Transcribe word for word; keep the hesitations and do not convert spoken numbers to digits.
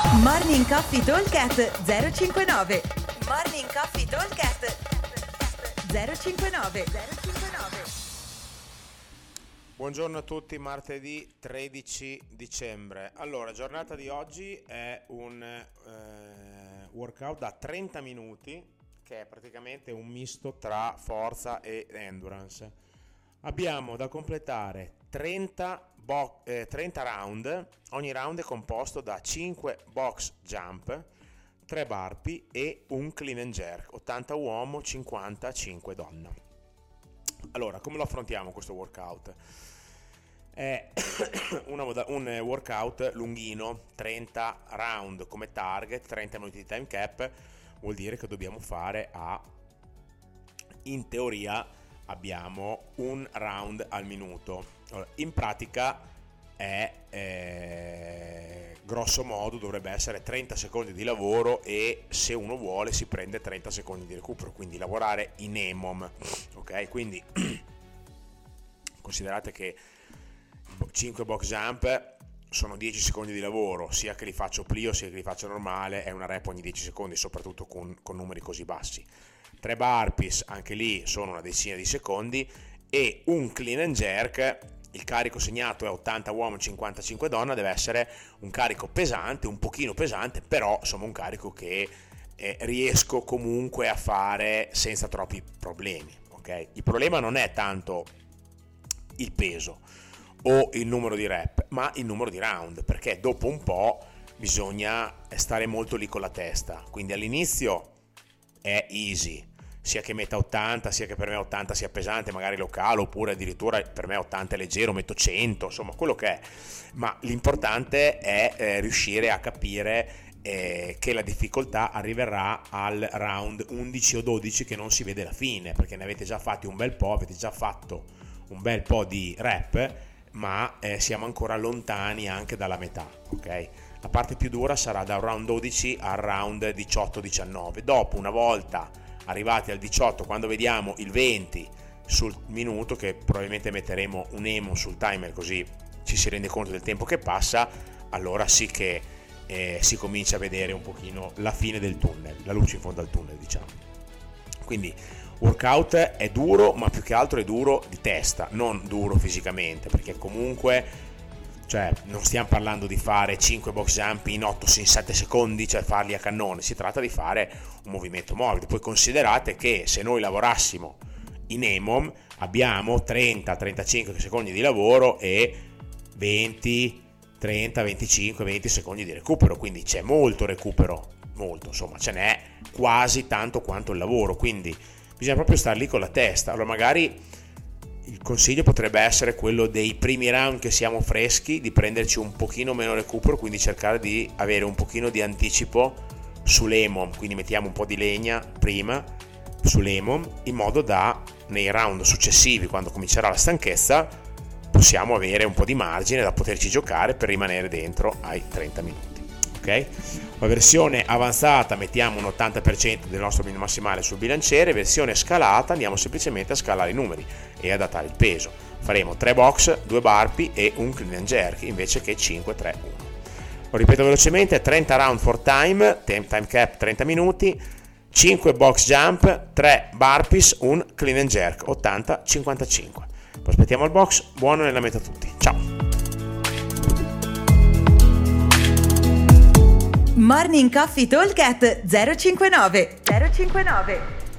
Morning Coffee Talkcast zero cinquantanove. Morning Coffee Talkcast zero cinquantanove. Buongiorno a tutti, martedì tredici dicembre. Allora, giornata di oggi è un eh, workout da trenta minuti, che è praticamente un misto tra forza e endurance. Abbiamo da completare trenta, bo- eh, trenta round, ogni round è composto da cinque box jump, tre burpee e un clean and jerk, ottanta uomo, cinquantacinque donna. Allora, come lo affrontiamo questo workout? È una, un workout lunghino, trenta round come target, trenta minuti di time cap, vuol dire che dobbiamo fare a, in teoria abbiamo un round al minuto. Allora, in pratica è eh, grosso modo dovrebbe essere trenta secondi di lavoro e se uno vuole si prende trenta secondi di recupero, quindi lavorare in E M O M, ok? Quindi considerate che cinque box jump sono dieci secondi di lavoro, sia che li faccio plio sia che li faccio normale, è una rep ogni dieci secondi, soprattutto con, con numeri così bassi. Tre burpees, anche lì sono una decina di secondi, e un clean and jerk, il carico segnato è ottanta uomo, cinquantacinque donna, deve essere un carico pesante, un pochino pesante, però insomma un carico che eh, riesco comunque a fare senza troppi problemi, ok? Il problema non è tanto il peso o il numero di rep, ma il numero di round, perché dopo un po' bisogna stare molto lì con la testa, quindi all'inizio è easy, sia che metta ottanta, sia che per me ottanta sia pesante, magari lo calo, oppure addirittura per me ottanta è leggero, metto cento, insomma quello che è, ma l'importante è eh, riuscire a capire eh, che la difficoltà arriverà al round undici o dodici, che non si vede la fine, perché ne avete già fatti un bel po', avete già fatto un bel po' di rep, ma eh, siamo ancora lontani anche dalla metà, ok? La parte più dura sarà dal round dodici al round diciotto diciannove. Dopo, una volta arrivati al diciotto, quando vediamo il venti sul minuto, che probabilmente metteremo un E M O sul timer così ci si rende conto del tempo che passa, allora sì che eh, si comincia a vedere un pochino la fine del tunnel, la luce in fondo al tunnel, diciamo. Quindi workout è duro, ma più che altro è duro di testa, non duro fisicamente, perché comunque, cioè, non stiamo parlando di fare cinque box jump in otto sette secondi, cioè farli a cannone, si tratta di fare un movimento mobile. Poi considerate che se noi lavorassimo in E M O M abbiamo trenta trentacinque secondi di lavoro e venti, trenta, venticinque, venti secondi di recupero, quindi c'è molto recupero, molto, insomma, ce n'è quasi tanto quanto il lavoro, quindi bisogna proprio stare lì con la testa. Allora magari il consiglio potrebbe essere quello dei primi round che siamo freschi, di prenderci un pochino meno recupero, quindi cercare di avere un pochino di anticipo sull'E M O M, quindi mettiamo un po' di legna prima sull'E M O M, in modo da nei round successivi, quando comincerà la stanchezza, possiamo avere un po' di margine da poterci giocare per rimanere dentro ai trenta minuti. Ok? La versione avanzata mettiamo un ottanta per cento del nostro minimo massimale sul bilanciere, versione scalata andiamo semplicemente a scalare i numeri e adattare il peso. Faremo tre box, due burpee e un clean and jerk invece che cinque tre uno. Lo ripeto velocemente: trenta round for time, time cap trenta minuti, cinque box jump, tre burpees, un clean and jerk, ottanta cinquantacinque. Poi aspettiamo il box, buono allenamento a tutti, ciao! Morning Coffee Talkcast zero cinquantanove.